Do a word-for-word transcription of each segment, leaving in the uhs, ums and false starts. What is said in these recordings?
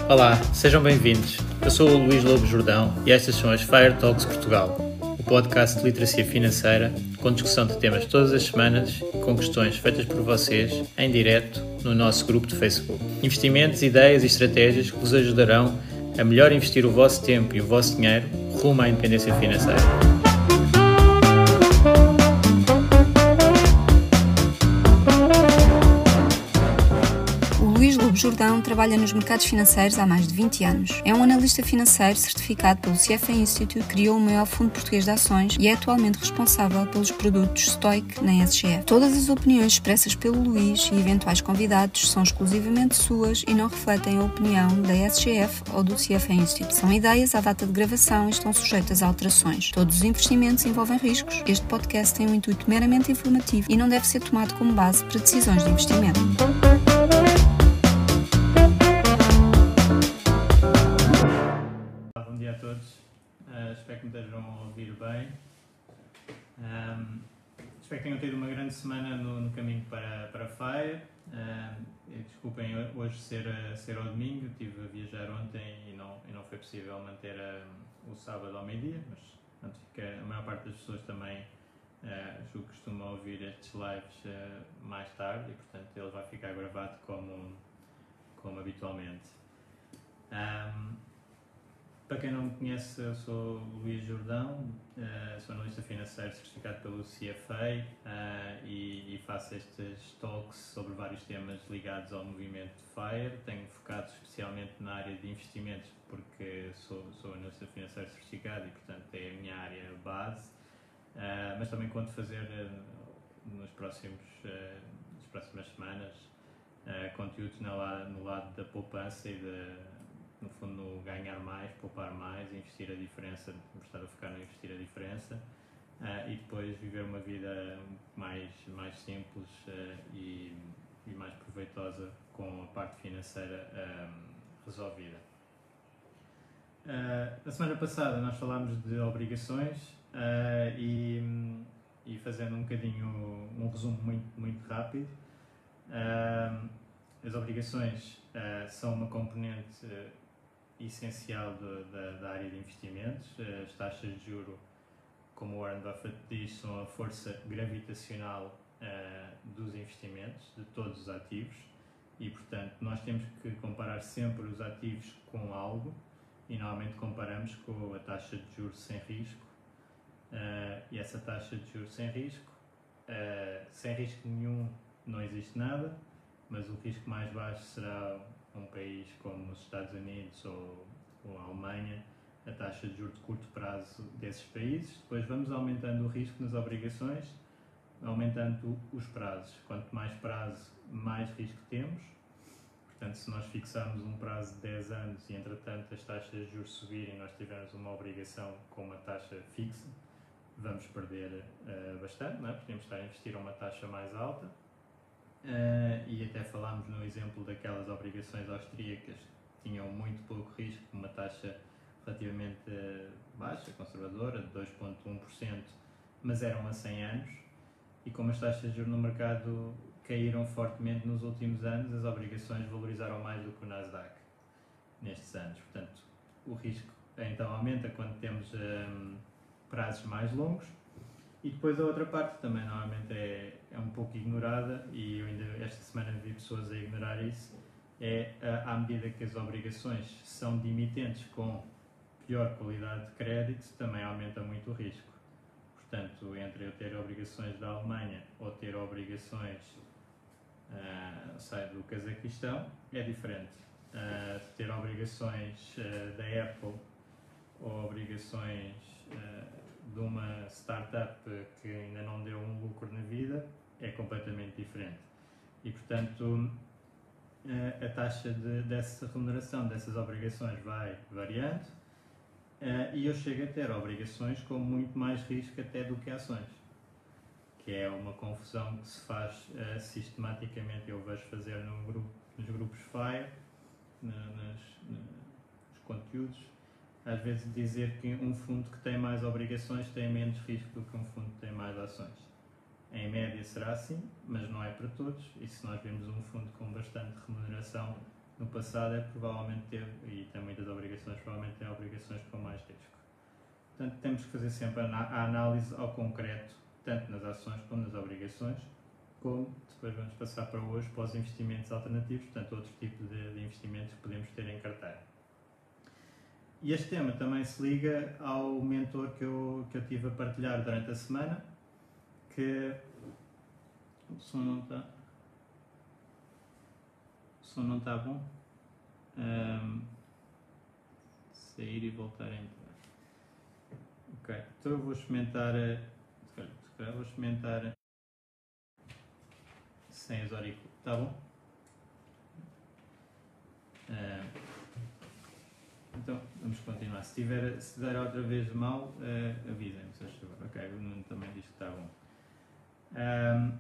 Olá, sejam bem-vindos. Eu sou o Luís Lobo Jordão e estas são as Fire Talks Portugal, o podcast de literacia financeira com discussão de temas todas as semanas e com questões feitas por vocês em direto no nosso grupo de Facebook. Investimentos, ideias e estratégias que vos ajudarão a melhor investir o vosso tempo e o vosso dinheiro rumo à independência financeira. Jordão trabalha nos mercados financeiros há mais de vinte anos. É um analista financeiro certificado pelo C F A Institute, criou o maior fundo português de ações e é atualmente responsável pelos produtos Stoic na S G F. Todas as opiniões expressas pelo Luís e eventuais convidados são exclusivamente suas e não refletem a opinião da S G F ou do C F A Institute. São ideias à data de gravação e estão sujeitas a alterações. Todos os investimentos envolvem riscos. Este podcast tem um intuito meramente informativo e não deve ser tomado como base para decisões de investimento. Bom dia a todos, uh, espero que me estejam a ouvir bem. Um, espero que tenham tido uma grande semana no, no caminho para, para a Fire. Uh, desculpem hoje ser, ser ao domingo, estive a viajar ontem e não, e não foi possível manter uh, o sábado ao meio-dia, mas antes que a maior parte das pessoas também uh, julgo que costumam ouvir estes lives uh, mais tarde e portanto ele vai ficar gravado como, como habitualmente. Um, Para quem não me conhece, eu sou Luís Jordão, uh, sou analista financeiro certificado pelo C F A uh, e, e faço estes talks sobre vários temas ligados ao movimento FIRE. Tenho focado especialmente na área de investimentos porque sou, sou analista financeiro certificado e, portanto, é a minha área base, uh, mas também conto fazer uh, nos próximos, uh, nas próximas semanas uh, conteúdos no lado, no lado da poupança e da no fundo ganhar mais, poupar mais, investir a diferença, gostar de focar no investir a diferença uh, e depois viver uma vida mais, mais simples uh, e, e mais proveitosa com a parte financeira um, resolvida. Uh, na semana passada nós falámos de obrigações uh, e, e fazendo um bocadinho um resumo muito, muito rápido, uh, as obrigações uh, são uma componente uh, essencial de, de, da área de investimentos. As taxas de juros, como o Warren Buffett diz, são a força gravitacional uh, dos investimentos, de todos os ativos e, portanto, nós temos que comparar sempre os ativos com algo e normalmente comparamos com a taxa de juros sem risco uh, e essa taxa de juros sem risco, uh, sem risco nenhum não existe nada, mas o risco mais baixo será um país como os Estados Unidos ou, ou a Alemanha, a taxa de juros de curto prazo desses países. Depois vamos aumentando o risco nas obrigações, aumentando os prazos. Quanto mais prazo, mais risco temos. Portanto, se nós fixarmos um prazo de dez anos e, entretanto, as taxas de juros subirem e nós tivermos uma obrigação com uma taxa fixa, vamos perder uh, bastante, não é? Podemos estar a investir a uma taxa mais alta. Uh, e até falámos no exemplo daquelas obrigações austríacas que tinham muito pouco risco, uma taxa relativamente uh, baixa, conservadora, de dois vírgula um por cento, mas eram a cem anos, e como as taxas de juros no mercado caíram fortemente nos últimos anos, as obrigações valorizaram mais do que o Nasdaq nestes anos. Portanto, o risco então aumenta quando temos um, prazos mais longos. E depois a outra parte também normalmente é, é um pouco ignorada e eu ainda esta semana vi pessoas a ignorar isso, é à medida que as obrigações são de emitentes com pior qualidade de crédito, também aumenta muito o risco. Portanto, entre eu ter obrigações da Alemanha ou ter obrigações uh, sei, do Cazaquistão, é diferente. Uh, ter obrigações uh, da Apple ou obrigações uh, de uma startup que ainda não deu um lucro na vida é completamente diferente e, portanto, a taxa de, dessa remuneração dessas obrigações vai variando e eu chego a ter obrigações com muito mais risco até do que ações, que é uma confusão que se faz sistematicamente, eu vejo fazer no grupo, nos grupos FIRE, na, nas, nos conteúdos. Às vezes dizer que um fundo que tem mais obrigações tem menos risco do que um fundo que tem mais ações. Em média será assim, mas não é para todos, e se nós vemos um fundo com bastante remuneração, no passado é provavelmente ter, e tem muitas obrigações, provavelmente tem obrigações com mais risco. Portanto, temos que fazer sempre a análise ao concreto, tanto nas ações como nas obrigações, como depois vamos passar para hoje para os investimentos alternativos, portanto, outros tipos de, de investimentos que podemos ter em carteira. E este tema também se liga ao mentor que eu, que eu tive a partilhar durante a semana, que o som não está, o som não está bom. Um, sair e voltar a entrar. Ok, então eu vou experimentar, se calhar vou experimentar sem as auriculas, está bom? Um, Então, vamos continuar. Se tiver, se der outra vez mal, uh, avisem-me, se achar. Ok, o Nuno também diz que está bom. Um,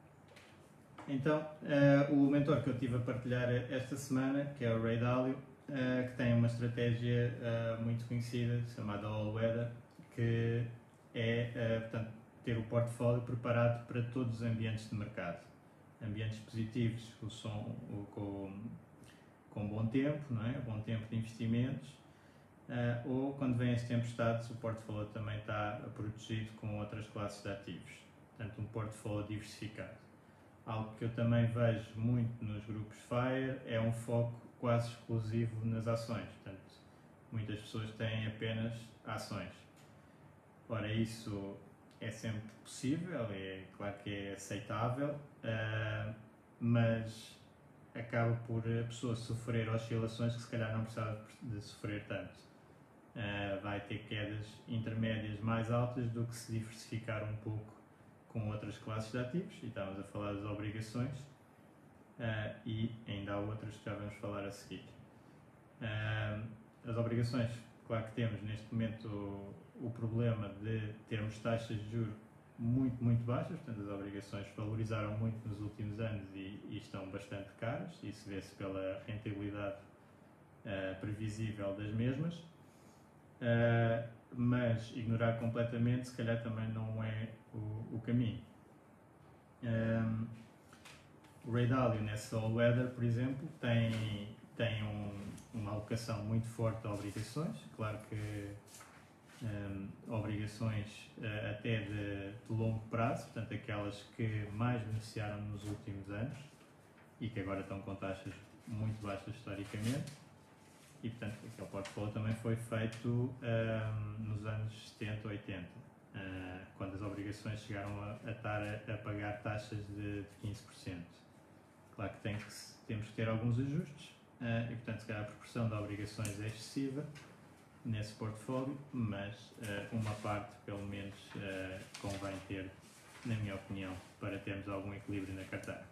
então, uh, o mentor que eu tive a partilhar esta semana, que é o Ray Dalio, uh, que tem uma estratégia uh, muito conhecida, chamada All Weather, que é, uh, portanto, ter o portfólio preparado para todos os ambientes de mercado. Ambientes positivos, o som, o, com com bom tempo, não é? Bom tempo de investimentos, uh, ou quando vêm as tempestades, o portfólio também está protegido com outras classes de ativos. Portanto, um portfólio diversificado. Algo que eu também vejo muito nos grupos FIRE é um foco quase exclusivo nas ações. Portanto, muitas pessoas têm apenas ações. Ora, isso é sempre possível, é claro que é aceitável, uh, mas acaba por a pessoa sofrer oscilações que se calhar não precisava de sofrer tanto. Uh, vai ter quedas intermédias mais altas do que se diversificar um pouco com outras classes de ativos, e estávamos a falar das obrigações, uh, e ainda há outras que já vamos falar a seguir. Uh, as obrigações, claro que temos neste momento o, o problema de termos taxas de juros muito, muito baixas, portanto as obrigações valorizaram muito nos últimos anos e, e estão bastante caras, isso vê-se pela rentabilidade uh, previsível das mesmas, uh, mas ignorar completamente se calhar também não é o, o caminho. Um, o Ray Dalio nessa All Weather, por exemplo, tem, tem um, uma alocação muito forte a obrigações, claro que Um, obrigações uh, até de, de longo prazo, portanto aquelas que mais beneficiaram nos últimos anos e que agora estão com taxas muito baixas historicamente, e portanto aquele portfólio também foi feito um, nos anos setenta, oitenta, uh, quando as obrigações chegaram a, a estar a, a pagar taxas de, de quinze por cento. Claro que, tem que temos que ter alguns ajustes, uh, e portanto se calhar a proporção de obrigações é excessiva nesse portfólio, mas uh, uma parte, pelo menos, uh, convém ter, na minha opinião, para termos algum equilíbrio na carteira.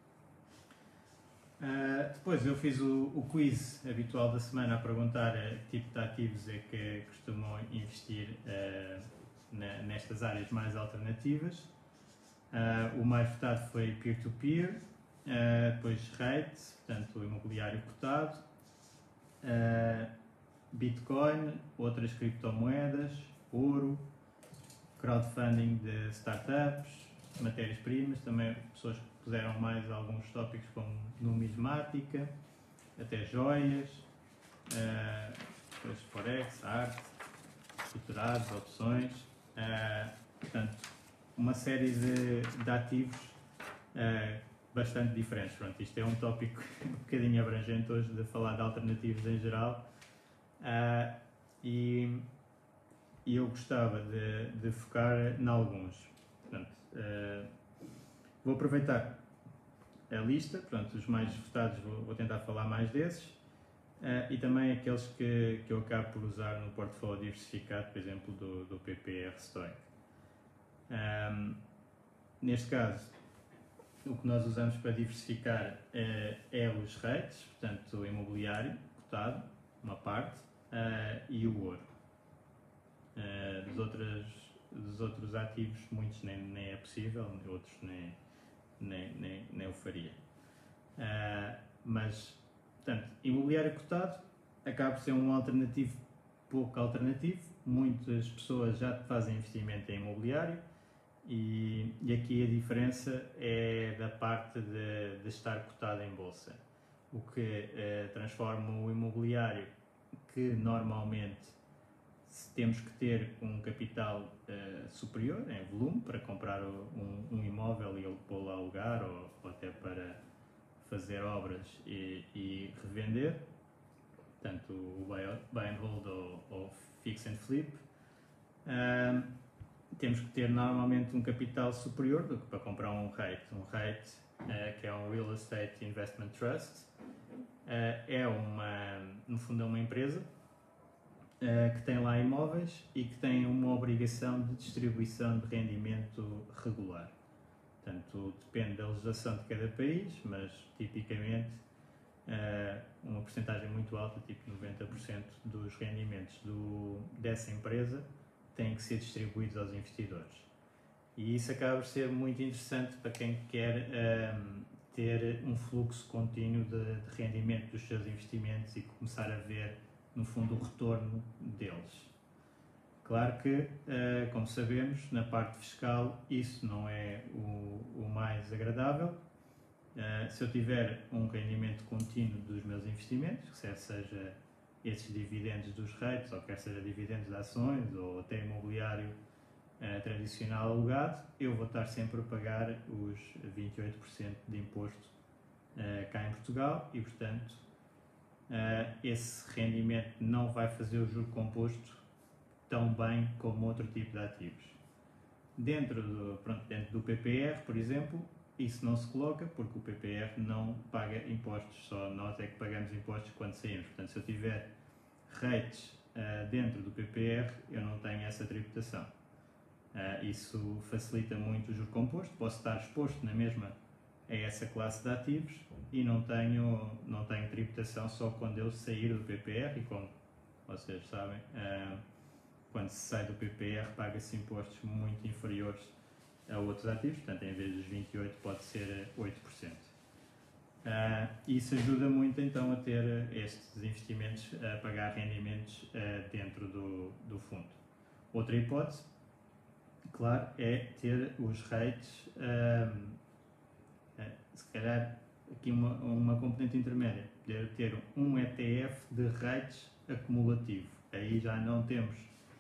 Uh, depois eu fiz o, o quiz habitual da semana a perguntar uh, que tipo de ativos é que costumam investir uh, na, nestas áreas mais alternativas. Uh, o mais votado foi peer-to-peer, uh, depois rate, portanto o imobiliário cotado, uh, Bitcoin, outras criptomoedas, ouro, crowdfunding de startups, matérias-primas, também pessoas que puseram mais alguns tópicos como numismática, até joias, uh, depois forex, arte, estruturados, opções, uh, portanto, uma série de, de ativos uh, bastante diferentes. Pronto, isto é um tópico um bocadinho abrangente hoje de falar de alternativos em geral. Uh, e, e eu gostava de, de focar em alguns. Portanto, uh, vou aproveitar a lista, portanto, os mais votados vou, vou tentar falar mais desses, uh, e também aqueles que, que eu acabo por usar no portfólio diversificado, por exemplo, do, do P P R Stoic. Um, neste caso, o que nós usamos para diversificar uh, é os rates, portanto, o imobiliário cotado, uma parte, uh, e o ouro. Uh, dos, outros, dos outros ativos, muitos nem, nem é possível, outros nem, nem, nem, nem o faria. Uh, mas, portanto, imobiliário cotado acaba por ser um alternativo pouco alternativo. Muitas pessoas já fazem investimento em imobiliário e, e aqui a diferença é da parte de, de estar cotado em bolsa. o que uh, transforma o imobiliário, que normalmente temos que ter um capital uh, superior em volume para comprar um, um imóvel e ele pô-lo a alugar ou, ou até para fazer obras e, e revender, tanto o buy, buy and hold ou, ou fix and flip. Uh, temos que ter normalmente um capital superior do que para comprar um REIT. Um REIT, uh, que é um Real Estate Investment Trust, uh, é uma, no fundo é uma empresa uh, que tem lá imóveis e que tem uma obrigação de distribuição de rendimento regular. Portanto, depende da legislação de cada país, mas tipicamente uh, uma porcentagem muito alta, tipo noventa por cento dos rendimentos do, dessa empresa têm que ser distribuídos aos investidores. E isso acaba por ser muito interessante para quem quer um, ter um fluxo contínuo de, de rendimento dos seus investimentos e começar a ver, no fundo, o retorno deles. Claro que, uh, como sabemos, na parte fiscal isso não é o, o mais agradável. Uh, se eu tiver um rendimento contínuo dos meus investimentos, que seja esses dividendos dos REITs, ou quer seja dividendos de ações, ou até imobiliário uh, tradicional alugado, eu vou estar sempre a pagar os vinte e oito por cento de imposto uh, cá em Portugal e, portanto, uh, esse rendimento não vai fazer o juro composto tão bem como outro tipo de ativos. Dentro do, pronto, dentro do P P R, por exemplo, isso não se coloca porque o P P R não paga impostos, só nós é que pagamos impostos quando saímos. Portanto, se eu tiver REITs uh, dentro do P P R, eu não tenho essa tributação. Uh, isso facilita muito o juro composto, posso estar exposto na mesma a essa classe de ativos e não tenho, não tenho tributação só quando eu sair do P P R e, como vocês sabem, uh, quando se sai do P P R paga-se impostos muito inferiores a outros ativos, portanto em vez dos vinte e oito por cento pode ser oito por cento. Uh, isso ajuda muito então a ter estes investimentos, a pagar rendimentos uh, dentro do, do fundo. Outra hipótese, claro, é ter os REITs, uh, uh, se calhar aqui uma, uma componente intermédia, poder ter um E T F de REITs acumulativo. Aí já não temos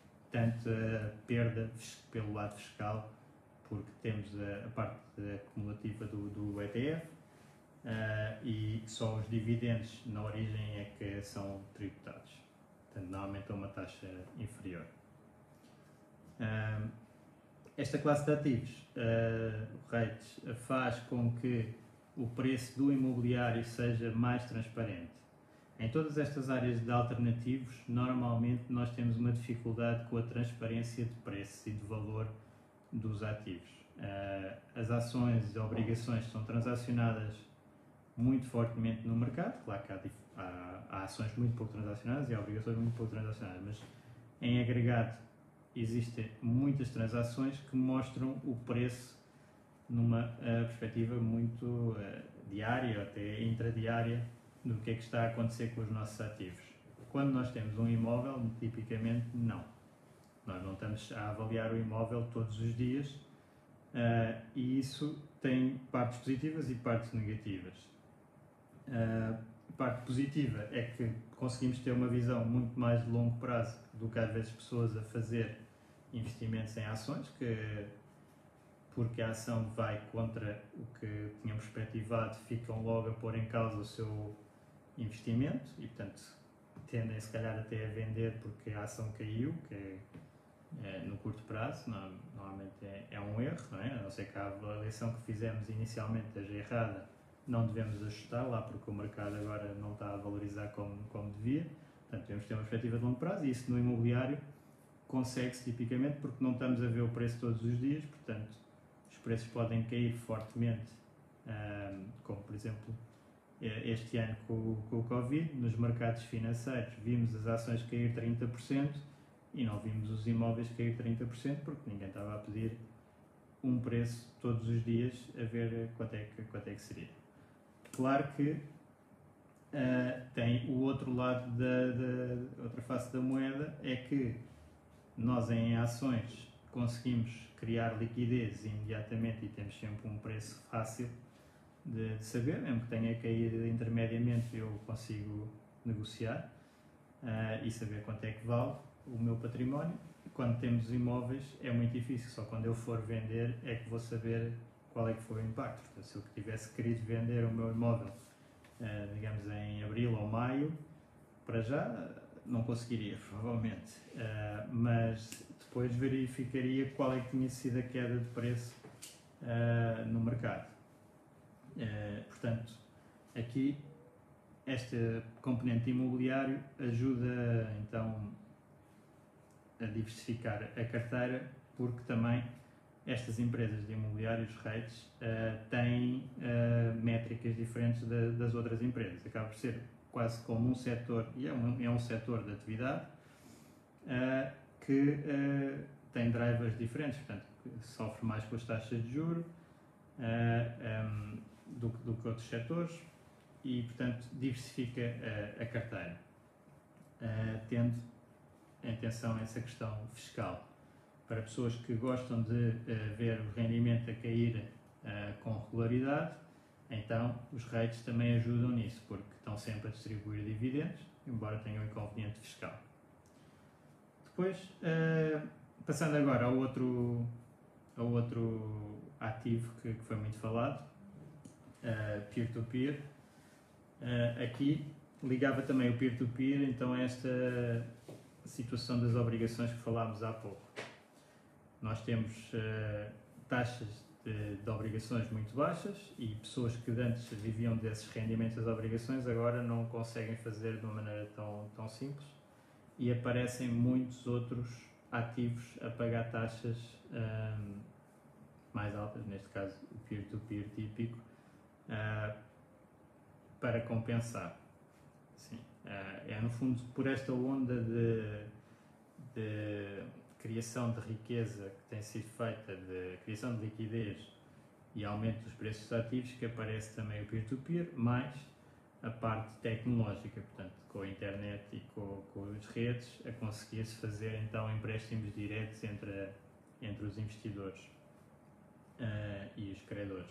tanta perda pelo lado fiscal, porque temos a, a parte acumulativa do, do E T F uh, e só os dividendos na origem é que são tributados. Portanto, normalmente é uma taxa inferior. Uh, esta classe de ativos, uh, o REITs, faz com que o preço do imobiliário seja mais transparente. Em todas estas áreas de alternativos, normalmente nós temos uma dificuldade com a transparência de preço e de valor dos ativos. Uh, as ações e obrigações são transacionadas muito fortemente no mercado, claro que há, há, há ações muito pouco transacionadas e há obrigações muito pouco transacionadas, mas em agregado existem muitas transações que mostram o preço numa uh, perspectiva muito uh, diária ou até intradiária do que é que está a acontecer com os nossos ativos. Quando nós temos um imóvel, tipicamente não. Nós não estamos a avaliar o imóvel todos os dias uh, e isso tem partes positivas e partes negativas. Uh, a parte positiva é que conseguimos ter uma visão muito mais de longo prazo do que às vezes pessoas a fazer investimentos em ações, que porque a ação vai contra o que tinham perspectivado, ficam logo a pôr em causa o seu investimento e, portanto, tendem se calhar até a vender porque a ação caiu, que é, é, no curto prazo, não, normalmente é, é um erro, não é? A não ser que a avaliação que fizemos inicialmente esteja errada, não devemos ajustar lá porque o mercado agora não está a valorizar como, como devia, portanto, devemos ter uma perspectiva de longo prazo e isso no imobiliário consegue-se tipicamente porque não estamos a ver o preço todos os dias, portanto, os preços podem cair fortemente, um, como por exemplo este ano com, com o Covid, nos mercados financeiros vimos as ações cair trinta por cento e não vimos os imóveis cair trinta por cento porque ninguém estava a pedir um preço todos os dias a ver quanto é que, quanto é que seria. Claro que uh, tem o outro lado, da, da outra face da moeda, é que nós em ações conseguimos criar liquidez imediatamente e temos sempre um preço fácil, de, de saber, mesmo que tenha caído intermediamente, eu consigo negociar uh, e saber quanto é que vale o meu património. Quando temos imóveis é muito difícil, só quando eu for vender é que vou saber qual é que foi o impacto. Portanto, se eu tivesse querido vender o meu imóvel, uh, digamos em abril ou maio, para já não conseguiria, provavelmente, uh, mas depois verificaria qual é que tinha sido a queda de preço uh, no mercado. Uh, portanto, aqui este componente imobiliário ajuda então a diversificar a carteira, porque também estas empresas de imobiliários REITs uh, têm uh, métricas diferentes de, das outras empresas. Acaba por ser quase como um setor, e é um, é um setor de atividade uh, que uh, tem drivers diferentes, portanto, sofre mais com as taxas de juros uh, um, do, do que outros setores e, portanto, diversifica uh, a carteira, uh, tendo em atenção essa questão fiscal. Para pessoas que gostam de uh, ver o rendimento a cair uh, com regularidade, então os REITs também ajudam nisso, porque estão sempre a distribuir dividendos, embora tenham um inconveniente fiscal. Depois, uh, passando agora ao outro, ao outro ativo que, que foi muito falado, uh, peer-to-peer. Uh, aqui ligava também o peer-to-peer, então a esta situação das obrigações que falámos há pouco. Nós temos uh, taxas de, de obrigações muito baixas e pessoas que antes viviam desses rendimentos das obrigações agora não conseguem fazer de uma maneira tão, tão simples e aparecem muitos outros ativos a pagar taxas um, mais altas, neste caso o peer-to-peer típico, uh, para compensar. Sim, uh, é no fundo por esta onda de, de criação de riqueza que tem sido feita, de criação de liquidez e aumento dos preços dos ativos, que aparece também o peer-to-peer, mais a parte tecnológica, portanto, com a internet e com, com as redes, a conseguir-se fazer então empréstimos diretos entre, entre os investidores uh, e os credores.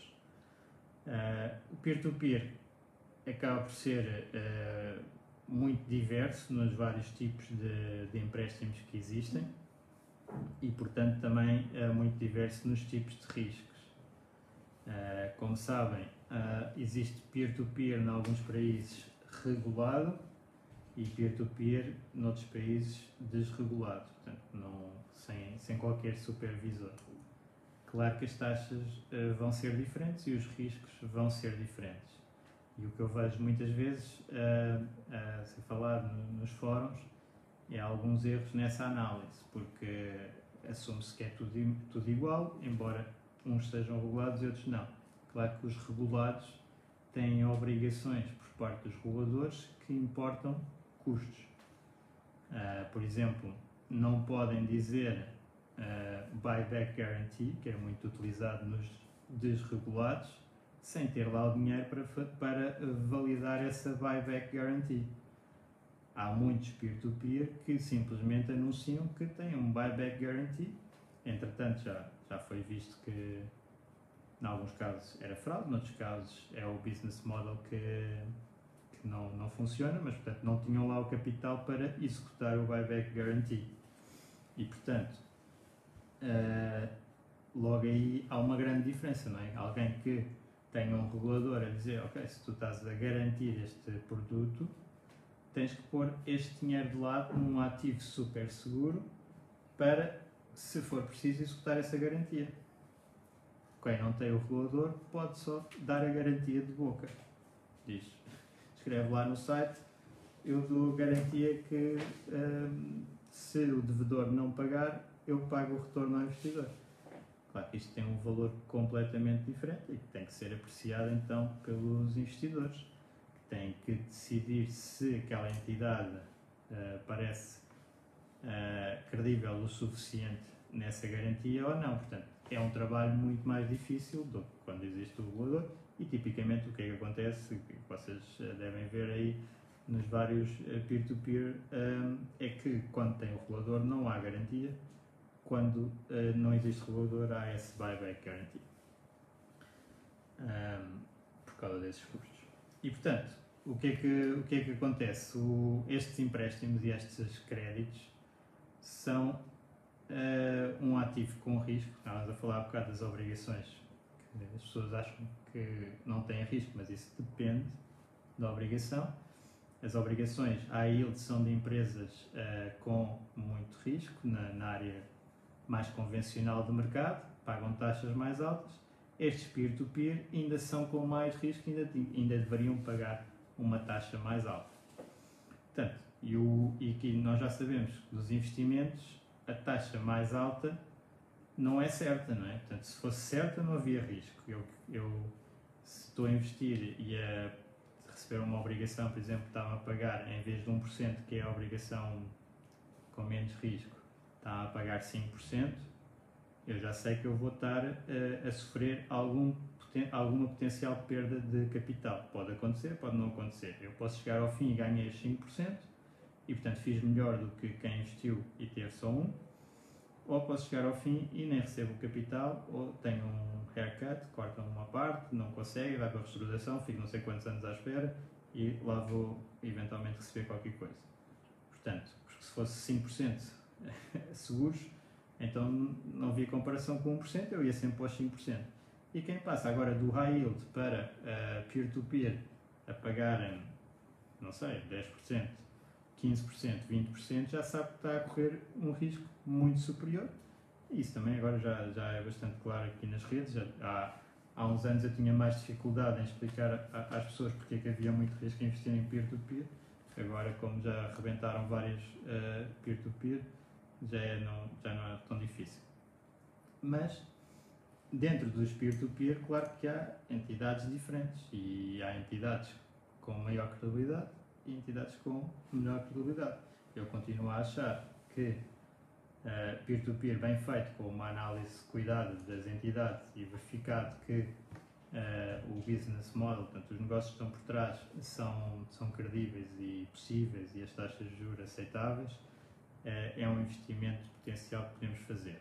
Uh, o peer-to-peer acaba por ser uh, muito diverso nos vários tipos de, de empréstimos que existem e, portanto, também é muito diverso nos tipos de riscos. Uh, como sabem, uh, existe peer-to-peer em alguns países regulado e peer-to-peer noutros países desregulado, portanto, não, sem, sem qualquer supervisor. Claro que as taxas uh, vão ser diferentes e os riscos vão ser diferentes. E o que eu vejo muitas vezes uh, uh, ser falado no, nos fóruns é alguns erros nessa análise, porque assume-se que é tudo, tudo igual, embora uns sejam regulados e outros não. Claro que os regulados têm obrigações por parte dos reguladores que importam custos. Uh, por exemplo, não podem dizer uh, buyback guarantee, que é muito utilizado nos desregulados, sem ter lá o dinheiro para, para validar essa buyback guarantee. Há muitos peer-to-peer que simplesmente anunciam que têm um buyback guarantee. Entretanto, já, já foi visto que, em alguns casos, era fraude, noutros casos é o business model que, que não, não funciona, mas, portanto, não tinham lá o capital para executar o buyback guarantee. E, portanto, uh, logo aí há uma grande diferença, não é? Alguém que tenha um regulador a dizer, ok, se tu estás a garantir este produto, tens que pôr este dinheiro de lado num ativo super seguro para, se for preciso, executar essa garantia. Quem não tem o regulador pode só dar a garantia de boca. Diz, escreve lá no site, eu dou garantia que hum, se o devedor não pagar, eu pago o retorno ao investidor. Claro que isto tem um valor completamente diferente e que tem que ser apreciado então pelos investidores, que têm que decidir se aquela entidade uh, parece uh, credível o suficiente nessa garantia ou não. Portanto, é um trabalho muito mais difícil do que quando existe o regulador e tipicamente o que é que acontece, que vocês uh, devem ver aí nos vários uh, peer-to-peer, um, é que quando tem o regulador não há garantia. Quando uh, não existe regulador, há esse buyback guarantee. Um, por causa desses custos. E, portanto, o que é que, o que, é que acontece? O, estes empréstimos e estes créditos são uh, um ativo com risco. Estávamos a falar há bocado das obrigações, que as pessoas acham que não têm risco, mas isso depende da obrigação. As obrigações high yield são de empresas uh, com muito risco, na, na área mais convencional do mercado, pagam taxas mais altas. Estes peer-to-peer ainda são com mais risco, ainda, ainda deveriam pagar uma taxa mais alta. Portanto, e, o, e aqui nós já sabemos que dos investimentos a taxa mais alta não é certa, não é? Portanto, se fosse certa não havia risco. Eu, eu se estou a investir e a receber uma obrigação, por exemplo, está-me a pagar, em vez de um por cento, que é a obrigação com menos risco, está a pagar cinco por cento, eu já sei que eu vou estar a, a sofrer algum, alguma potencial perda de capital. Pode acontecer, pode não acontecer. Eu posso chegar ao fim e ganhei cinco por cento e, portanto, fiz melhor do que quem investiu e teve só um, ou posso chegar ao fim e nem recebo o capital, ou tenho um haircut, cortam uma parte, não consegue, vai para a reestruturação, fico não sei quantos anos à espera e lá vou eventualmente receber qualquer coisa. Portanto, porque se fosse cinco por cento seguros, então não havia comparação com um por cento, eu ia sempre para os cinco por cento. E quem passa agora do high yield para uh, peer-to-peer a pagar, não sei, dez por cento, quinze por cento, vinte por cento, já sabe que está a correr um risco muito superior. E isso também agora já, já é bastante claro aqui nas redes. Já, há, há uns anos eu tinha mais dificuldade em explicar a, às pessoas porque é que havia muito risco em investir em peer-to-peer. Agora, como já arrebentaram vários uh, peer-to-peer, já, é, não, já não é tão difícil. Mas, dentro dos peer-to-peer, claro que há entidades diferentes. E há entidades com maior credibilidade e entidades com menor credibilidade. Eu continuo a achar que uh, peer-to-peer bem feito, com uma análise cuidada das entidades e verificado que uh, o business model, portanto, os negócios que estão por trás são, são credíveis e possíveis e as taxas de juros aceitáveis, uh, é um investimento potencial que podemos fazer.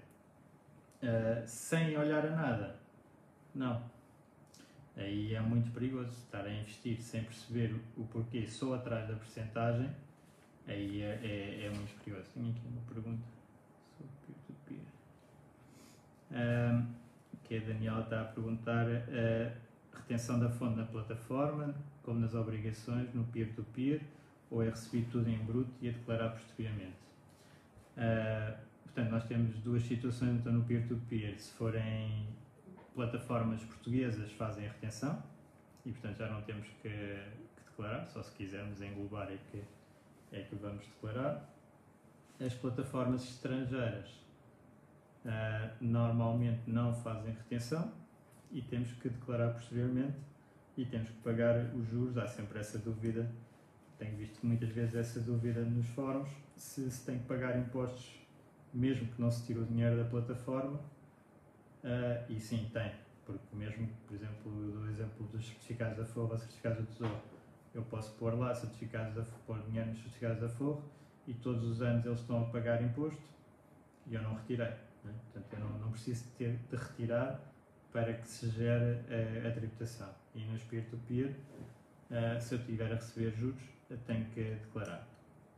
Uh, sem olhar a nada, não. Aí é muito perigoso estar a investir sem perceber o porquê só atrás da percentagem. Aí é, é, é muito perigoso. Tenho aqui uma pergunta sobre peer-to-peer. Um, que a Daniela está a perguntar: a retenção da fonte na plataforma, como nas obrigações, no peer-to-peer, ou é recebido tudo em bruto e é declarar posteriormente? Uh, portanto, nós temos duas situações então, no peer-to-peer. Se forem plataformas portuguesas, fazem a retenção e, portanto, já não temos que, que declarar, só se quisermos englobar é que, é que vamos declarar. As plataformas estrangeiras uh, normalmente não fazem retenção e temos que declarar posteriormente e temos que pagar os juros. Há sempre essa dúvida, tenho visto muitas vezes essa dúvida nos fóruns, se se tem que pagar impostos mesmo que não se tire o dinheiro da plataforma. Uh, e sim, tem, porque mesmo, por exemplo, do exemplo dos certificados da Forro ou certificados do Tesouro, eu posso pôr lá certificados da Forro, pôr dinheiro nos certificados da Forro e todos os anos eles estão a pagar imposto e eu não retirei, né? Portanto eu não, não preciso ter de retirar para que se gere a, a tributação. E nos peer-to-peer, uh, se eu estiver a receber juros, eu tenho que declarar.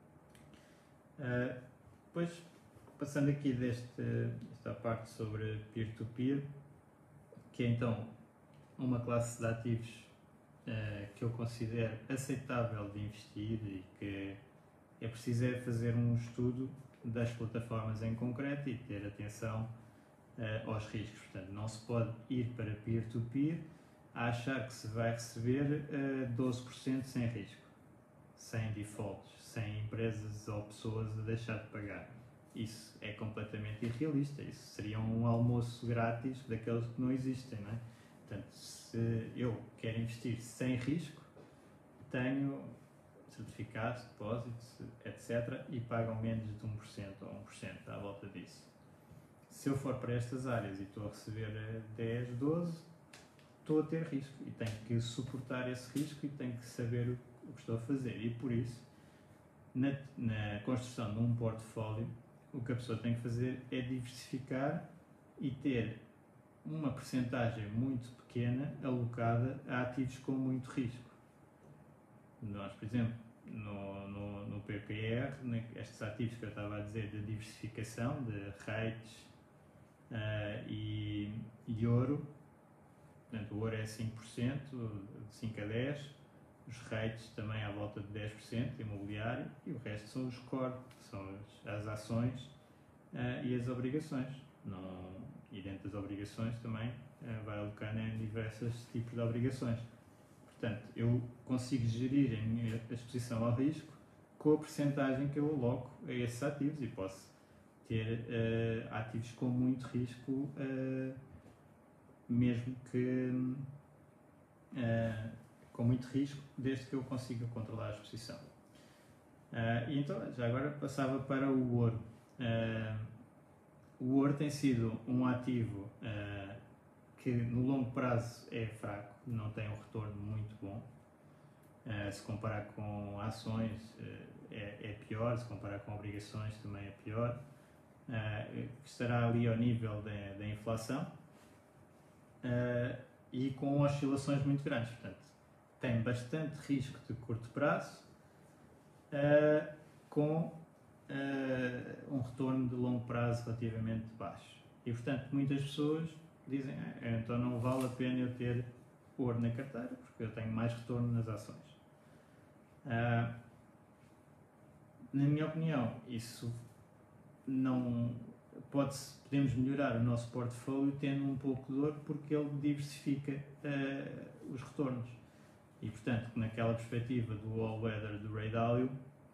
Uh, depois, passando aqui deste, esta parte sobre peer-to-peer, que é então uma classe de ativos uh, que eu considero aceitável de investir e que é preciso é fazer um estudo das plataformas em concreto e ter atenção uh, aos riscos. Portanto, não se pode ir para peer-to-peer a achar que se vai receber uh, doze por cento sem risco, sem defaults, sem empresas ou pessoas a deixar de pagar. Isso é completamente irrealista. Isso seria um almoço grátis daqueles que não existem, não é? Portanto, se eu quero investir sem risco, tenho certificados, depósitos, etcétera, e pagam menos de um por cento ou um por cento à volta disso. Se eu for para estas áreas e estou a receber dez, doze, estou a ter risco e tenho que suportar esse risco e tenho que saber o que estou a fazer. E por isso, na, na construção de um portfólio, o que a pessoa tem que fazer é diversificar e ter uma percentagem muito pequena alocada a ativos com muito risco. Nós, por exemplo, no, no, no P P R, estes ativos que eu estava a dizer de diversificação, de rates uh, e, e ouro, portanto o ouro é cinco por cento, de cinco a dez por cento, os rates também à volta de dez por cento, imobiliário, e o resto são os core, são as, as ações uh, e as obrigações. Não, e dentro das obrigações também uh, vai alocando em diversos tipos de obrigações. Portanto, eu consigo gerir a minha exposição ao risco com a percentagem que eu aloco a esses ativos e posso ter uh, ativos com muito risco, uh, mesmo que uh, com muito risco, desde que eu consiga controlar a exposição. Uh, e então, já agora passava para o ouro. Uh, o ouro tem sido um ativo uh, que no longo prazo é fraco, não tem um retorno muito bom. Uh, se comparar com ações uh, é, é pior, se comparar com obrigações também é pior. Uh, estará ali ao nível da, da inflação uh, e com oscilações muito grandes. Portanto, tem bastante risco de curto prazo uh, com uh, um retorno de longo prazo relativamente baixo. E, portanto, muitas pessoas dizem, ah, então não vale a pena eu ter ouro na carteira, porque eu tenho mais retorno nas ações. Uh, na minha opinião, isso não pode podemos melhorar o nosso portfólio tendo um pouco de ouro, porque ele diversifica uh, os retornos. E, portanto, naquela perspectiva do All Weather do Ray Dalio,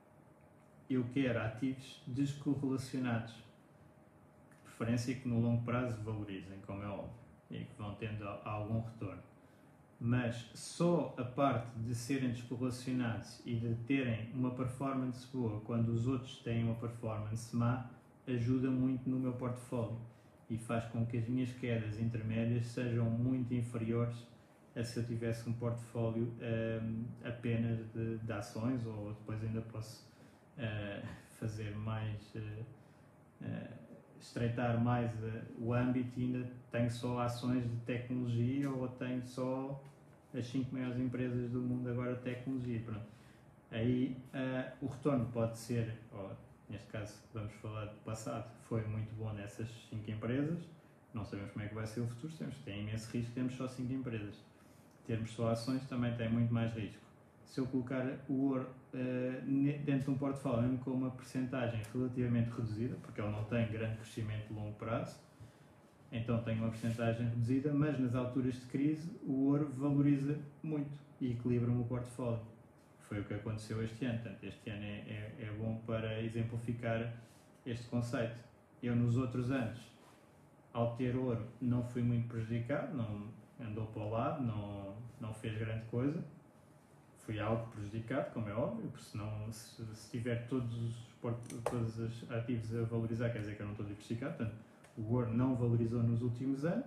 eu quero ativos descorrelacionados, de preferência que no longo prazo valorizem, como é óbvio, e que vão tendo algum retorno. Mas só a parte de serem descorrelacionados e de terem uma performance boa quando os outros têm uma performance má, ajuda muito no meu portfólio e faz com que as minhas quedas intermédias sejam muito inferiores a se eu tivesse um portfólio um, apenas de, de ações, ou depois ainda posso uh, fazer mais, uh, uh, estreitar mais uh, o âmbito e ainda tenho só ações de tecnologia, ou tenho só as cinco maiores empresas do mundo agora de tecnologia. Pronto. Aí uh, o retorno pode ser, ou, neste caso vamos falar do passado, foi muito bom nessas cinco empresas, não sabemos como é que vai ser o futuro, temos, tem imenso risco, temos só cinco empresas. Termos só ações também tem muito mais risco. Se eu colocar o ouro uh, dentro de um portfólio, mesmo com uma percentagem relativamente reduzida, porque ele não tem grande crescimento de longo prazo, então tenho uma percentagem reduzida, mas nas alturas de crise o ouro valoriza muito e equilibra-me o portfólio. Foi o que aconteceu este ano. Portanto, este ano é, é, é bom para exemplificar este conceito. Eu, nos outros anos, ao ter ouro, não fui muito prejudicado, não andou para o lado, não, não fez grande coisa. Fui algo prejudicado, como é óbvio, porque senão, se, se tiver todos os, todos os ativos a valorizar, quer dizer que eu não estou diversificado. Portanto, o ouro não valorizou nos últimos anos.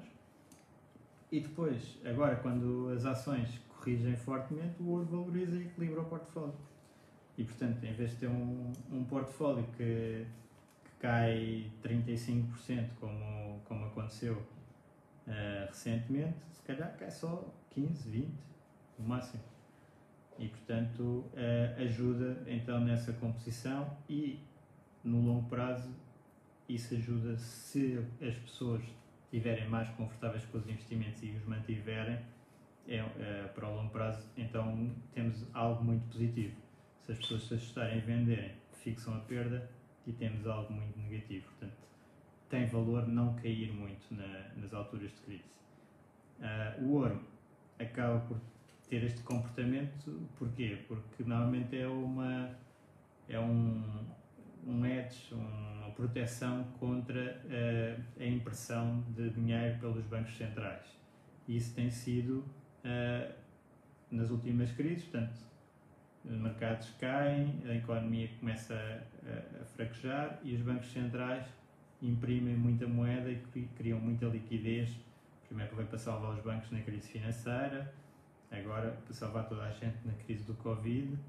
E depois, agora, quando as ações corrigem fortemente, o ouro valoriza e equilibra o portfólio. E, portanto, em vez de ter um, um portfólio que, que cai trinta e cinco por cento, como, como aconteceu uh, recentemente, se calhar cai só quinze, vinte por cento, no máximo. E, portanto, uh, ajuda então nessa composição e, no longo prazo, isso ajuda, se as pessoas estiverem mais confortáveis com os investimentos e os mantiverem é, é, para o longo prazo, então temos algo muito positivo. Se as pessoas se assustarem e venderem, fixam a perda e temos algo muito negativo. Portanto, tem valor não cair muito na, nas alturas de crise. Uh, o ouro acaba por ter este comportamento, porquê? Porque normalmente é uma é um, um hedge, uma proteção contra uh, a impressão de dinheiro pelos bancos centrais. E isso tem sido uh, nas últimas crises, portanto, os mercados caem, a economia começa a, a fraquejar e os bancos centrais imprimem muita moeda e criam muita liquidez, primeiro para salvar os bancos na crise financeira, agora para salvar toda a gente na crise do Covid, uh,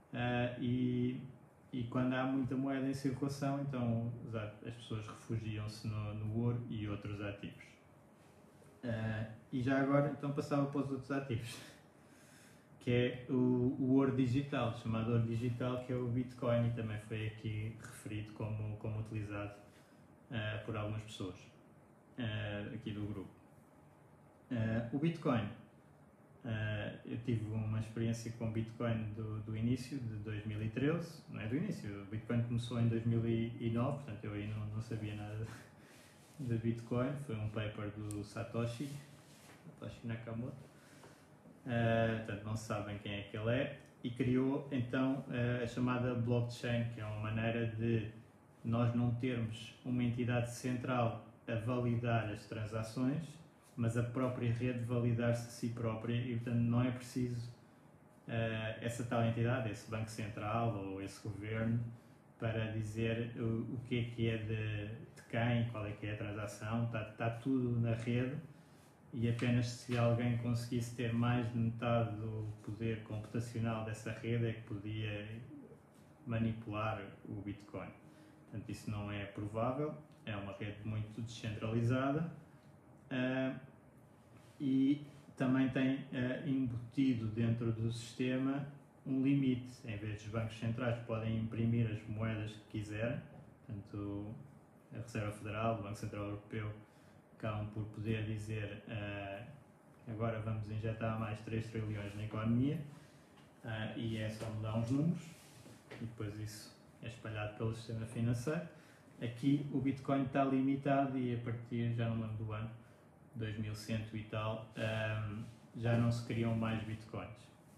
e, e quando há muita moeda em circulação, então as pessoas refugiam-se no, no ouro e outros ativos. Uh, e já agora, então, passava para os outros ativos, que é o, o ouro digital, chamado ouro digital, que é o Bitcoin, e também foi aqui referido como, como utilizado uh, por algumas pessoas uh, aqui do grupo. Uh, o Bitcoin, uh, eu tive uma experiência com o Bitcoin do, do início, de dois mil e treze, não é do início, o Bitcoin começou em dois mil e nove, portanto eu aí não, não sabia nada de Bitcoin, foi um paper do Satoshi, Satoshi Nakamoto, uh, portanto não sabem quem é que ele é, e criou então uh, a chamada blockchain, que é uma maneira de nós não termos uma entidade central a validar as transações, mas a própria rede validar-se a si própria, e portanto não é preciso uh, essa tal entidade, esse banco central ou esse governo, para dizer o, o que é que é de, de quem, qual é que é a transação, está, está tudo na rede, e apenas se alguém conseguisse ter mais de metade do poder computacional dessa rede é que podia manipular o Bitcoin. Portanto, isso não é provável, é uma rede muito descentralizada uh, e também tem uh, embutido dentro do sistema um limite. Em vez dos bancos centrais podem imprimir as moedas que quiserem, portanto a Reserva Federal, o Banco Central Europeu acabam por poder dizer uh, agora vamos injetar mais três trilhões na economia, uh, e é só mudar uns números e depois isso é espalhado pelo sistema financeiro. Aqui o Bitcoin está limitado e a partir, já não lembro do ano, dois mil e cem e tal, um, já não se criam mais Bitcoins.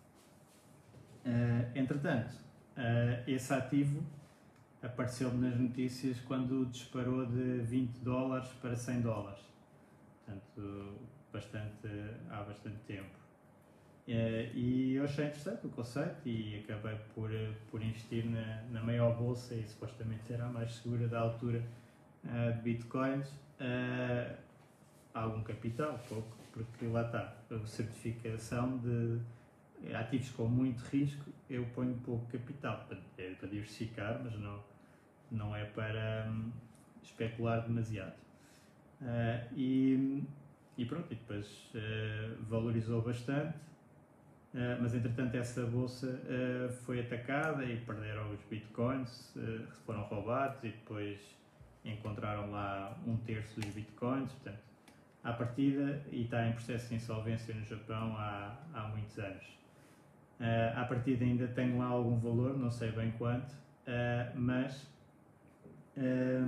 Uh, entretanto, uh, esse ativo apareceu-me nas notícias quando disparou de vinte dólares para cem dólares. Portanto, bastante, há bastante tempo. Uh, e eu achei interessante o conceito e acabei por, por investir na, na maior bolsa, e supostamente era a mais segura da altura uh, de Bitcoins. Uh, algum capital, pouco, porque lá está, a certificação de ativos com muito risco, eu ponho pouco capital, é para diversificar, mas não, não é para hum, especular demasiado. Uh, e, e pronto, e depois uh, valorizou bastante, uh, mas entretanto essa bolsa uh, foi atacada e perderam os bitcoins, uh, foram roubados e depois encontraram lá um terço dos bitcoins, portanto, à partida, e está em processo de insolvência no Japão há, há muitos anos. Uh, à partida ainda tem lá algum valor, não sei bem quanto, uh, mas uh,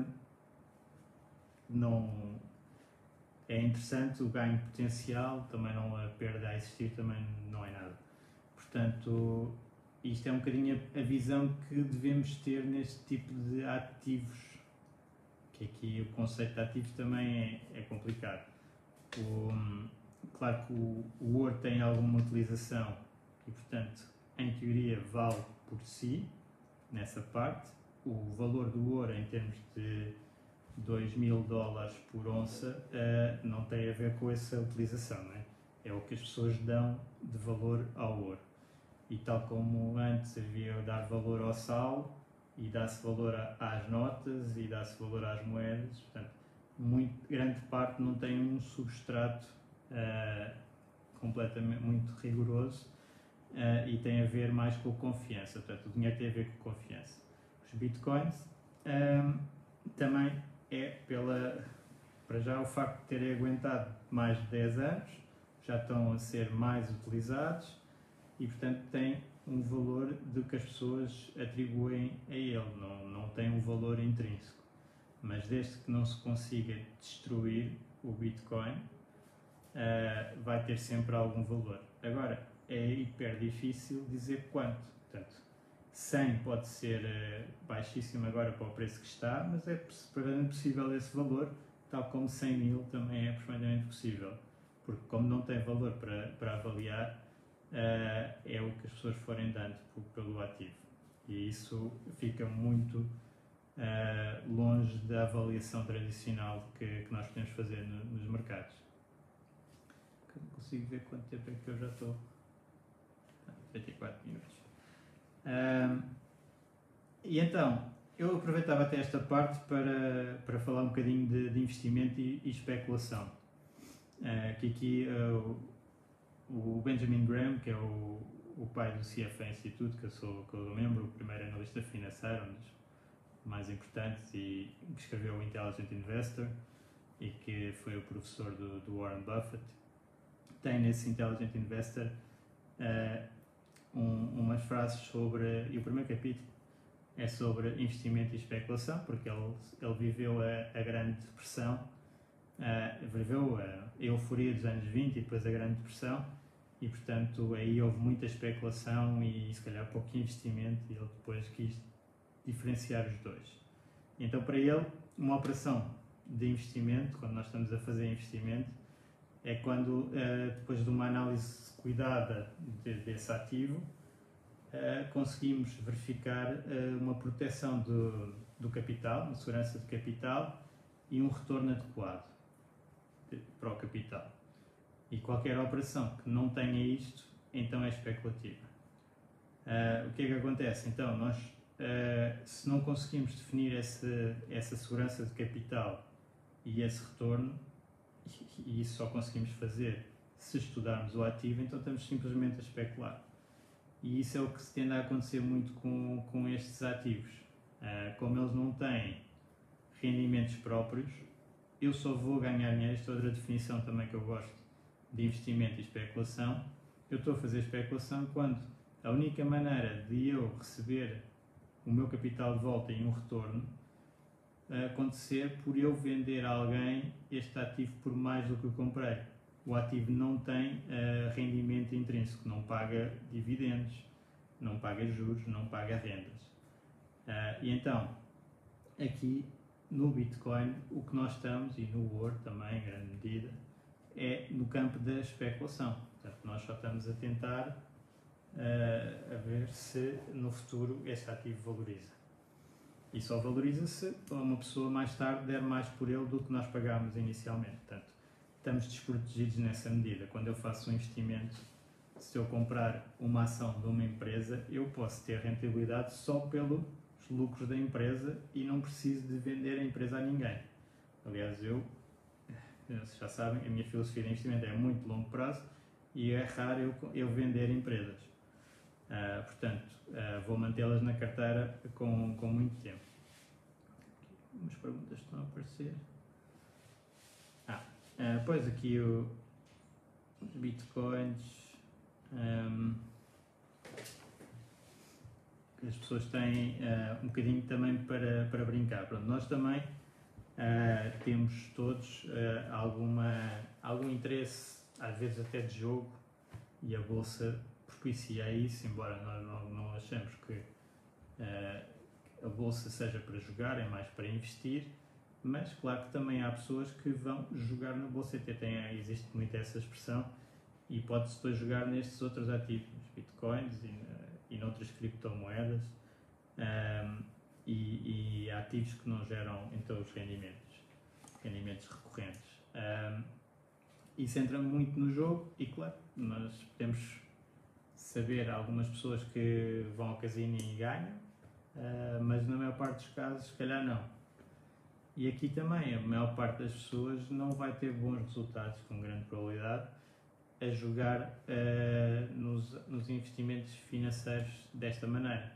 não, é interessante o ganho potencial, também não, a perda a existir também não é nada. Portanto, isto é um bocadinho a, a visão que devemos ter neste tipo de ativos, que aqui o conceito de ativos também é, é complicado. O, claro que o, o ouro tem alguma utilização e, portanto, em teoria vale por si, nessa parte. O valor do ouro em termos de dois mil dólares por onça uh, não tem a ver com essa utilização, não é? É o que as pessoas dão de valor ao ouro. E tal como antes havia dar valor ao sal, e dá-se valor a, às notas e dá-se valor às moedas, portanto, muito, grande parte não tem um substrato uh, completamente muito rigoroso, uh, e tem a ver mais com confiança, portanto o dinheiro tem a ver com confiança. Os bitcoins um, também é pela, para já o facto de terem aguentado mais de dez anos, já estão a ser mais utilizados e portanto têm um valor do que as pessoas atribuem a ele, não, não tem um valor intrínseco. Mas desde que não se consiga destruir o Bitcoin, uh, vai ter sempre algum valor. Agora, é hiper difícil dizer quanto. Portanto, cem pode ser uh, baixíssimo agora para o preço que está, mas é perfeitamente possível esse valor, tal como cem mil também é perfeitamente possível. Porque como não tem valor para, para avaliar, uh, é o que as pessoas forem dando pelo ativo. E isso fica muito Uh, longe da avaliação tradicional que, que nós podemos fazer no, nos mercados. Eu não consigo ver quanto tempo é que eu já estou. vinte e quatro minutos. Uh, e então, eu aproveitava até esta parte para, para falar um bocadinho de, de investimento e, e especulação. Uh, que aqui uh, o Benjamin Graham, que é o, o pai do C F A Institute, que eu sou, que eu membro, o primeiro analista financeiro, um dos mais importantes, e que escreveu o Intelligent Investor e que foi o professor do, do Warren Buffett, tem nesse Intelligent Investor uh, um, umas frases sobre, e o primeiro capítulo é sobre investimento e especulação, porque ele, ele viveu a, a grande depressão, uh, viveu a euforia dos anos vinte e depois a grande depressão, e portanto aí houve muita especulação e se calhar pouco investimento, e ele depois quis diferenciar os dois. Então, para ele, uma operação de investimento, quando nós estamos a fazer investimento, é quando, uh, depois de uma análise cuidada de, desse ativo, uh, conseguimos verificar uh, uma proteção do, do capital, uma segurança de capital e um retorno adequado de, para o capital. E qualquer operação que não tenha isto, então é especulativa. Uh, o que é que acontece? Então, nós, uh, se não conseguimos definir essa, essa segurança de capital e esse retorno, e isso só conseguimos fazer se estudarmos o ativo, então estamos simplesmente a especular. E isso é o que se tende a acontecer muito com, com estes ativos. Uh, como eles não têm rendimentos próprios, eu só vou ganhar dinheiro. Esta é outra definição também que eu gosto de investimento e especulação. Eu estou a fazer especulação quando a única maneira de eu receber o meu capital de volta e um retorno acontecer por eu vender a alguém este ativo por mais do que eu comprei. O ativo não tem uh, rendimento intrínseco, não paga dividendos, não paga juros, não paga rendas. Uh, e então, aqui no Bitcoin, o que nós estamos, e no ouro também, em grande medida, é no campo da especulação. Portanto, nós só estamos a tentar uh, a ver se no futuro este ativo valoriza. E só valoriza se uma pessoa mais tarde der mais por ele do que nós pagámos inicialmente. Portanto, estamos desprotegidos nessa medida. Quando eu faço um investimento, se eu comprar uma ação de uma empresa, eu posso ter rentabilidade só pelos lucros da empresa e não preciso de vender a empresa a ninguém. Aliás, eu, vocês já sabem, a minha filosofia de investimento é muito longo prazo e é raro eu, eu vender empresas. Uh, portanto, uh, vou mantê-las na carteira com, com muito tempo. Umas perguntas estão a aparecer. Ah, uh, pois aqui o, os bitcoins, um, que as pessoas têm uh, um bocadinho também para, para brincar. Pronto, nós também uh, temos todos uh, alguma, algum interesse, às vezes até de jogo, e a bolsa propicia isso, embora nós não, não achamos que uh, a bolsa seja para jogar, é mais para investir, mas claro que também há pessoas que vão jogar na bolsa, até tem, existe muito essa expressão, e pode-se depois jogar nestes outros ativos, nos bitcoins e, e noutras criptomoedas, um, e, e ativos que não geram então os rendimentos, rendimentos recorrentes. Um, isso entra muito no jogo e claro, nós podemos saber algumas pessoas que vão ao casino e ganham, uh, mas na maior parte dos casos, se calhar não. E aqui também, a maior parte das pessoas não vai ter bons resultados, com grande probabilidade, a jogar uh, nos, nos investimentos financeiros desta maneira.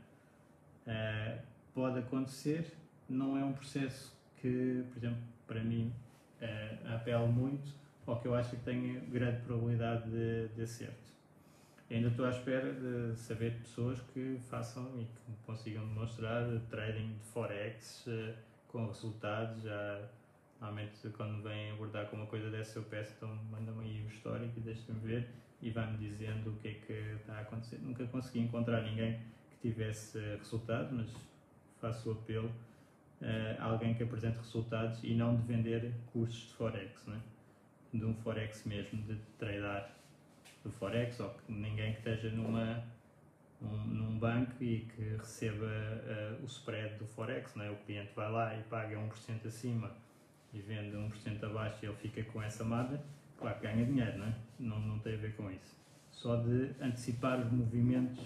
Uh, pode acontecer, não é um processo que, por exemplo, para mim, uh, apela muito, ou que eu acho que tenha grande probabilidade de, de acerto. Ainda estou à espera de saber de pessoas que façam e que consigam demonstrar trading de Forex uh, com resultados. Já, normalmente, quando vêm abordar com uma coisa dessa, eu peço, então manda-me aí o histórico e deixa-me ver e vai-me dizendo o que é que está a acontecer. Nunca consegui encontrar ninguém que tivesse uh, resultados, mas faço o apelo uh, a alguém que apresente resultados e não de vender cursos de Forex, né? De um Forex mesmo, de tradar do Forex, ou que ninguém que esteja numa, um, num banco e que receba uh, o spread do Forex, não é? O cliente vai lá e paga um por cento acima e vende um por cento abaixo e ele fica com essa margem, claro que ganha dinheiro, não é? Não, não tem a ver com isso. Só de antecipar os movimentos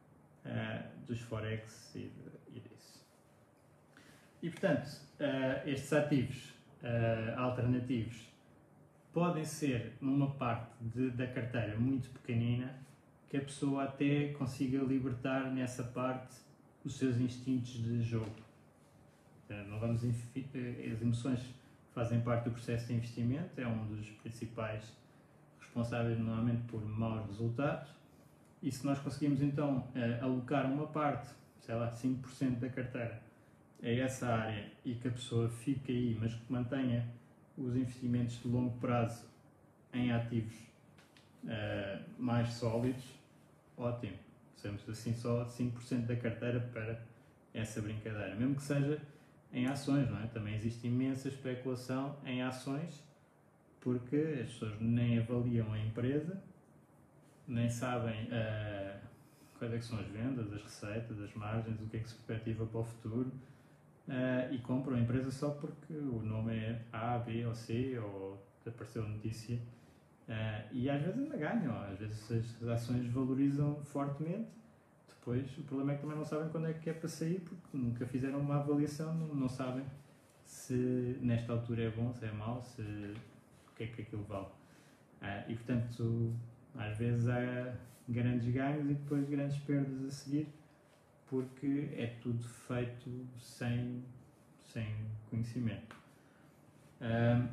uh, dos Forex e, de, e disso. E portanto, uh, estes ativos uh, alternativos podem ser numa parte de, da carteira muito pequenina que a pessoa até consiga libertar nessa parte os seus instintos de jogo. Não vamos, as emoções fazem parte do processo de investimento, é um dos principais responsáveis normalmente por maus resultados, e se nós conseguimos então alocar uma parte, sei lá, cinco por cento da carteira a essa área e que a pessoa fique aí, mas que mantenha os investimentos de longo prazo em ativos uh, mais sólidos, ótimo. Temos assim só cinco por cento da carteira para essa brincadeira, mesmo que seja em ações, não é? Também existe imensa especulação em ações porque as pessoas nem avaliam a empresa, nem sabem uh, quais é que são as vendas, as receitas, as margens, o que é que se perspectiva para o futuro, uh, e compram a empresa só porque o nome é A, B ou C, ou apareceu a notícia, uh, e às vezes ainda ganham, às vezes as ações valorizam fortemente. Depois o problema é que também não sabem quando é que é para sair, porque nunca fizeram uma avaliação, não, não sabem se nesta altura é bom, se é mau, se, o que é que aquilo vale. Uh, e portanto, às vezes há grandes ganhos e depois grandes perdas a seguir, porque é tudo feito sem, sem conhecimento. Uh,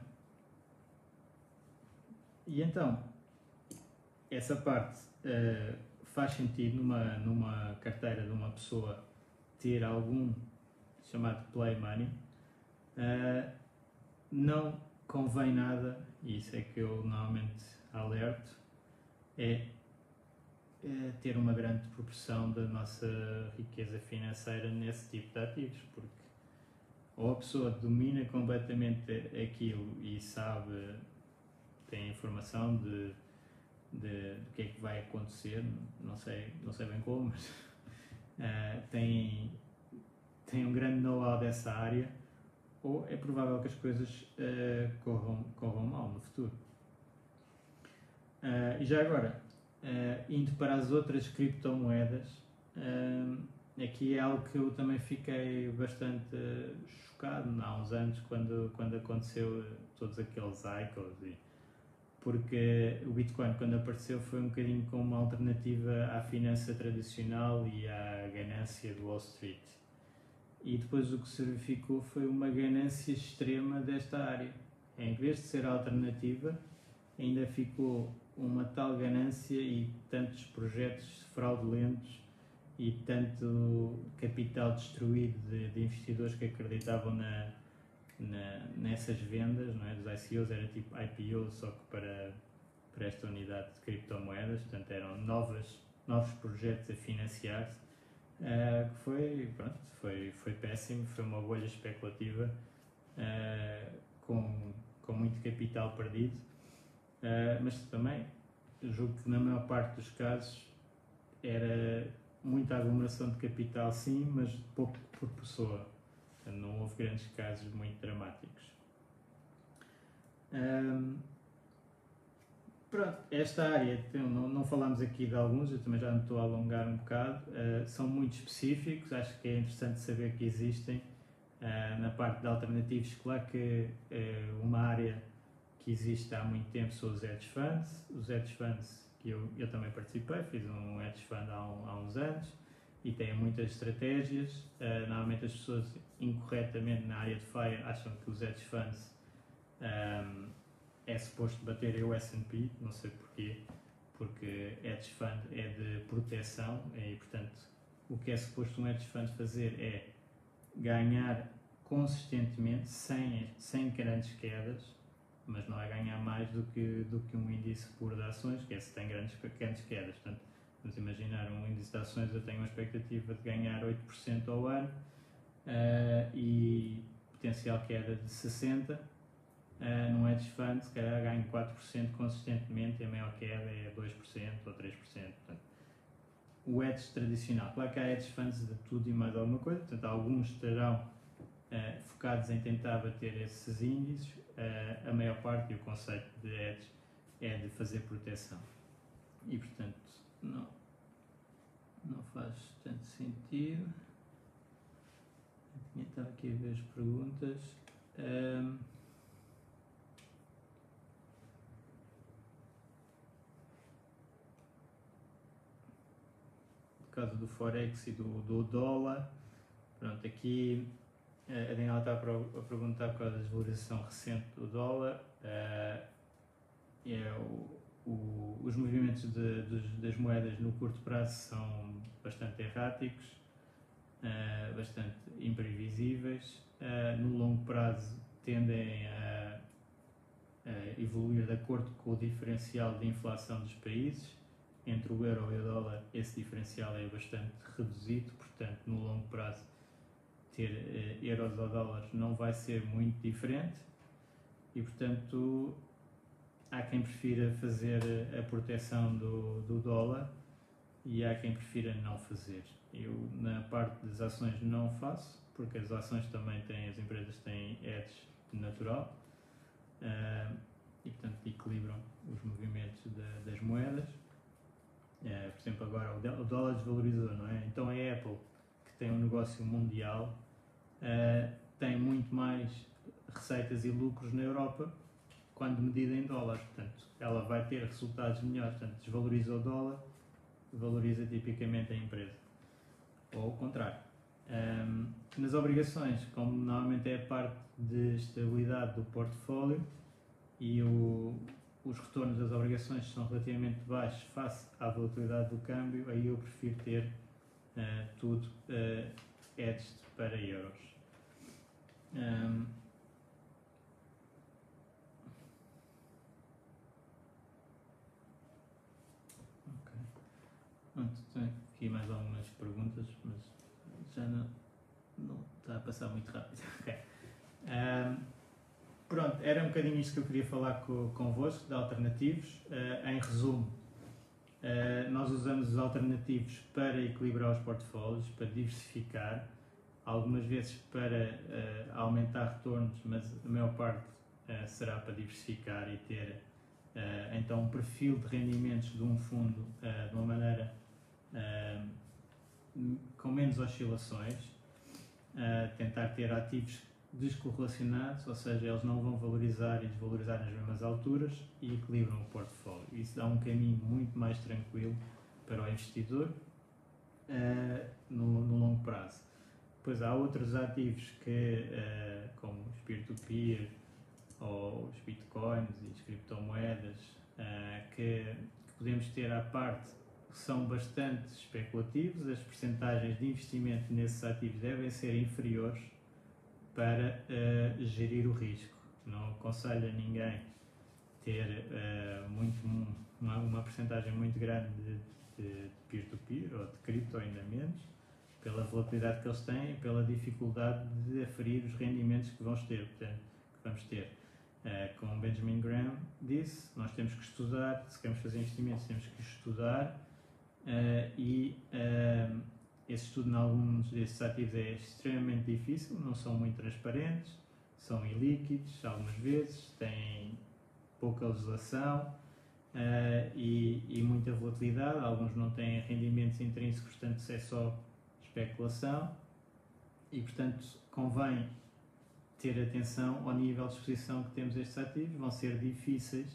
e então, essa parte uh, faz sentido numa, numa carteira de uma pessoa ter algum chamado play money. Uh, não convém nada, e isso é que eu normalmente alerto, é, é ter uma grande proporção da nossa riqueza financeira nesse tipo de ativos, porque ou a pessoa domina completamente aquilo e sabe, tem informação de, de, de que é que vai acontecer, não sei, não sei bem como, mas uh, tem, tem um grande know-how dessa área, ou é provável que as coisas uh, corram, corram mal no futuro. Uh, e já agora, uh, indo para as outras criptomoedas, uh, aqui é algo que eu também fiquei bastante uh, chocado há uns anos, quando, quando aconteceu todos aqueles cycles, e, porque o Bitcoin, quando apareceu, foi um bocadinho como uma alternativa à finança tradicional e à ganância do Wall Street. E depois o que se verificou foi uma ganância extrema desta área. Em vez de ser alternativa, ainda ficou uma tal ganância e tantos projetos fraudulentos e tanto capital destruído de, de investidores que acreditavam na, na, nessas vendas, não é? Dos I C Os, era tipo I P O, só que para, para esta unidade de criptomoedas, portanto eram novas, novos projetos a financiar-se. Uh, que foi, pronto, foi, foi péssimo, foi uma bolha especulativa uh, com, com muito capital perdido, uh, mas também julgo que na maior parte dos casos era muita aglomeração de capital, sim, mas pouco por pessoa, portanto, não houve grandes casos muito dramáticos. Um, Pronto, esta área, não, não falamos aqui de alguns, eu também já me estou a alongar um bocado, uh, são muito específicos, acho que é interessante saber que existem. Uh, na parte de alternativos, claro que uh, uma área que existe há muito tempo são os hedge funds, os hedge funds que eu, eu também participei, fiz um hedge fund há, um, há uns anos e têm muitas estratégias. Uh, normalmente as pessoas incorretamente na área de FIRE acham que os hedge funds um, é suposto bater o S and P, não sei porquê, porque hedge fund é de proteção e, portanto, o que é suposto um hedge fund fazer é ganhar consistentemente, sem, sem grandes quedas, mas não é ganhar mais do que, do que um índice puro de ações, que é se tem grandes, grandes quedas. Portanto, vamos imaginar um índice de ações, eu tenho uma expectativa de ganhar oito por cento ao ano uh, e potencial queda de sessenta por cento. Uh, num hedge fund, se calhar ganho quatro por cento consistentemente e a maior queda é dois por cento ou três por cento. Portanto, o hedge tradicional, claro que há hedge funds de tudo e mais alguma coisa, portanto, alguns estarão uh, focados em tentar bater esses índices, uh, a maior parte, e o conceito de hedge é de fazer proteção. E, portanto, não, não faz tanto sentido. Eu estava aqui a ver as perguntas. Um, causa do Forex e do, do dólar. Pronto, aqui a Daniela está a perguntar por causa da desvalorização recente do dólar. Uh, é o, o, os movimentos de, dos, das moedas no curto prazo são bastante erráticos, uh, bastante imprevisíveis. Uh, no longo prazo tendem a, a evoluir de acordo com o diferencial de inflação dos países. Entre o euro e o dólar, esse diferencial é bastante reduzido, portanto, no longo prazo, ter uh, euros ou dólares não vai ser muito diferente e, portanto, há quem prefira fazer a proteção do, do dólar e há quem prefira não fazer. Eu, na parte das ações, não faço, porque as ações também têm, as empresas têm hedge natural uh, e, portanto, equilibram os movimentos de, das moedas. Uh, por exemplo, agora o dólar desvalorizou, não é? Então a Apple, que tem um negócio mundial, uh, tem muito mais receitas e lucros na Europa quando medida em dólares, portanto ela vai ter resultados melhores, portanto desvaloriza o dólar, valoriza tipicamente a empresa, ou o contrário. Um, nas obrigações, como normalmente é a parte de estabilidade do portfólio e o, os retornos das obrigações são relativamente baixos face à volatilidade do câmbio, aí eu prefiro ter uh, tudo uh, hedged para euros. Um, ok. Pronto, tenho aqui mais algumas perguntas, mas já não, não está a passar muito rápido. Okay. Um, pronto, era um bocadinho isto que eu queria falar co, convosco, de alternativos. Uh, em resumo, uh, nós usamos os alternativos para equilibrar os portfólios, para diversificar, algumas vezes para uh, aumentar retornos, mas a maior parte uh, será para diversificar e ter uh, então um perfil de rendimentos de um fundo uh, de uma maneira uh, com menos oscilações, uh, tentar ter ativos descorrelacionados, ou seja, eles não vão valorizar e desvalorizar nas mesmas alturas e equilibram o portfólio. Isso dá um caminho muito mais tranquilo para o investidor uh, no, no longo prazo. Depois há outros ativos que, uh, como os peer-to-peer ou os bitcoins e as criptomoedas, uh, que, que podemos ter à parte, que são bastante especulativos. As percentagens de investimento nesses ativos devem ser inferiores para uh, gerir o risco. Não aconselho a ninguém ter uh, muito, uma, uma percentagem muito grande de, de peer-to-peer ou de cripto, ainda menos, pela volatilidade que eles têm e pela dificuldade de aferir os rendimentos que vamos ter. Portanto, que vamos ter. Uh, como Benjamin Graham disse, nós temos que estudar, se queremos fazer investimentos temos que estudar uh, e uh, esse estudo em alguns desses ativos é extremamente difícil, não são muito transparentes, são ilíquidos algumas vezes, têm pouca legislação uh, e, e muita volatilidade, alguns não têm rendimentos intrínsecos, portanto é só especulação e, portanto, convém ter atenção ao nível de exposição que temos a estes ativos. Vão ser difíceis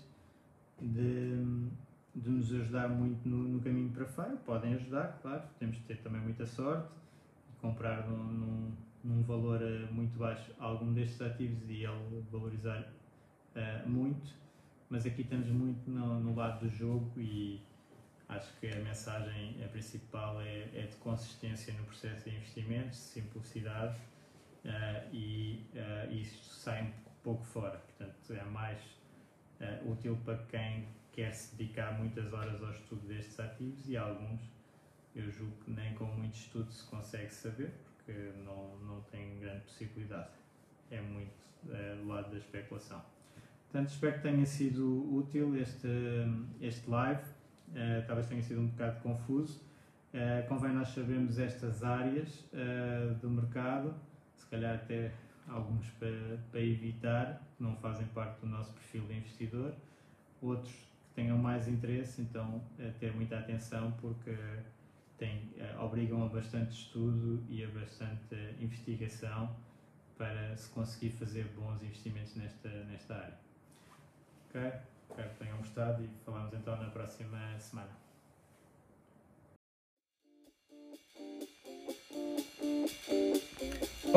de, de nos ajudar muito no, no caminho para fora. Podem ajudar, claro, temos de ter também muita sorte de comprar num, num, num valor muito baixo algum destes ativos e ele valorizar uh, muito, mas aqui estamos muito no, no lado do jogo e acho que a mensagem a principal é, é de consistência no processo de investimentos, de simplicidade uh, e uh, isso sai um pouco fora. Portanto, é mais uh, útil para quem quer se dedicar muitas horas ao estudo destes ativos e alguns, eu julgo que nem com muito estudo se consegue saber, porque não, não tem grande possibilidade. É muito uh, do lado da especulação. Portanto, espero que tenha sido útil este, este live. Uh, talvez tenha sido um bocado confuso. Uh, convém nós sabermos estas áreas uh, do mercado, se calhar até alguns para, para evitar, que não fazem parte do nosso perfil de investidor, outros que tenham mais interesse, então uh, ter muita atenção, porque tem, uh, obrigam a bastante estudo e a bastante uh, investigação para se conseguir fazer bons investimentos nesta, nesta área. Ok? Espero que tenham gostado e falamos então na próxima semana.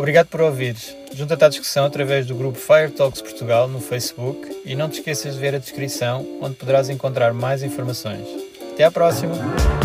Obrigado por ouvires. Junta-te à discussão através do grupo Fire Talks Portugal no Facebook e não te esqueças de ver a descrição, onde poderás encontrar mais informações. Até à próxima!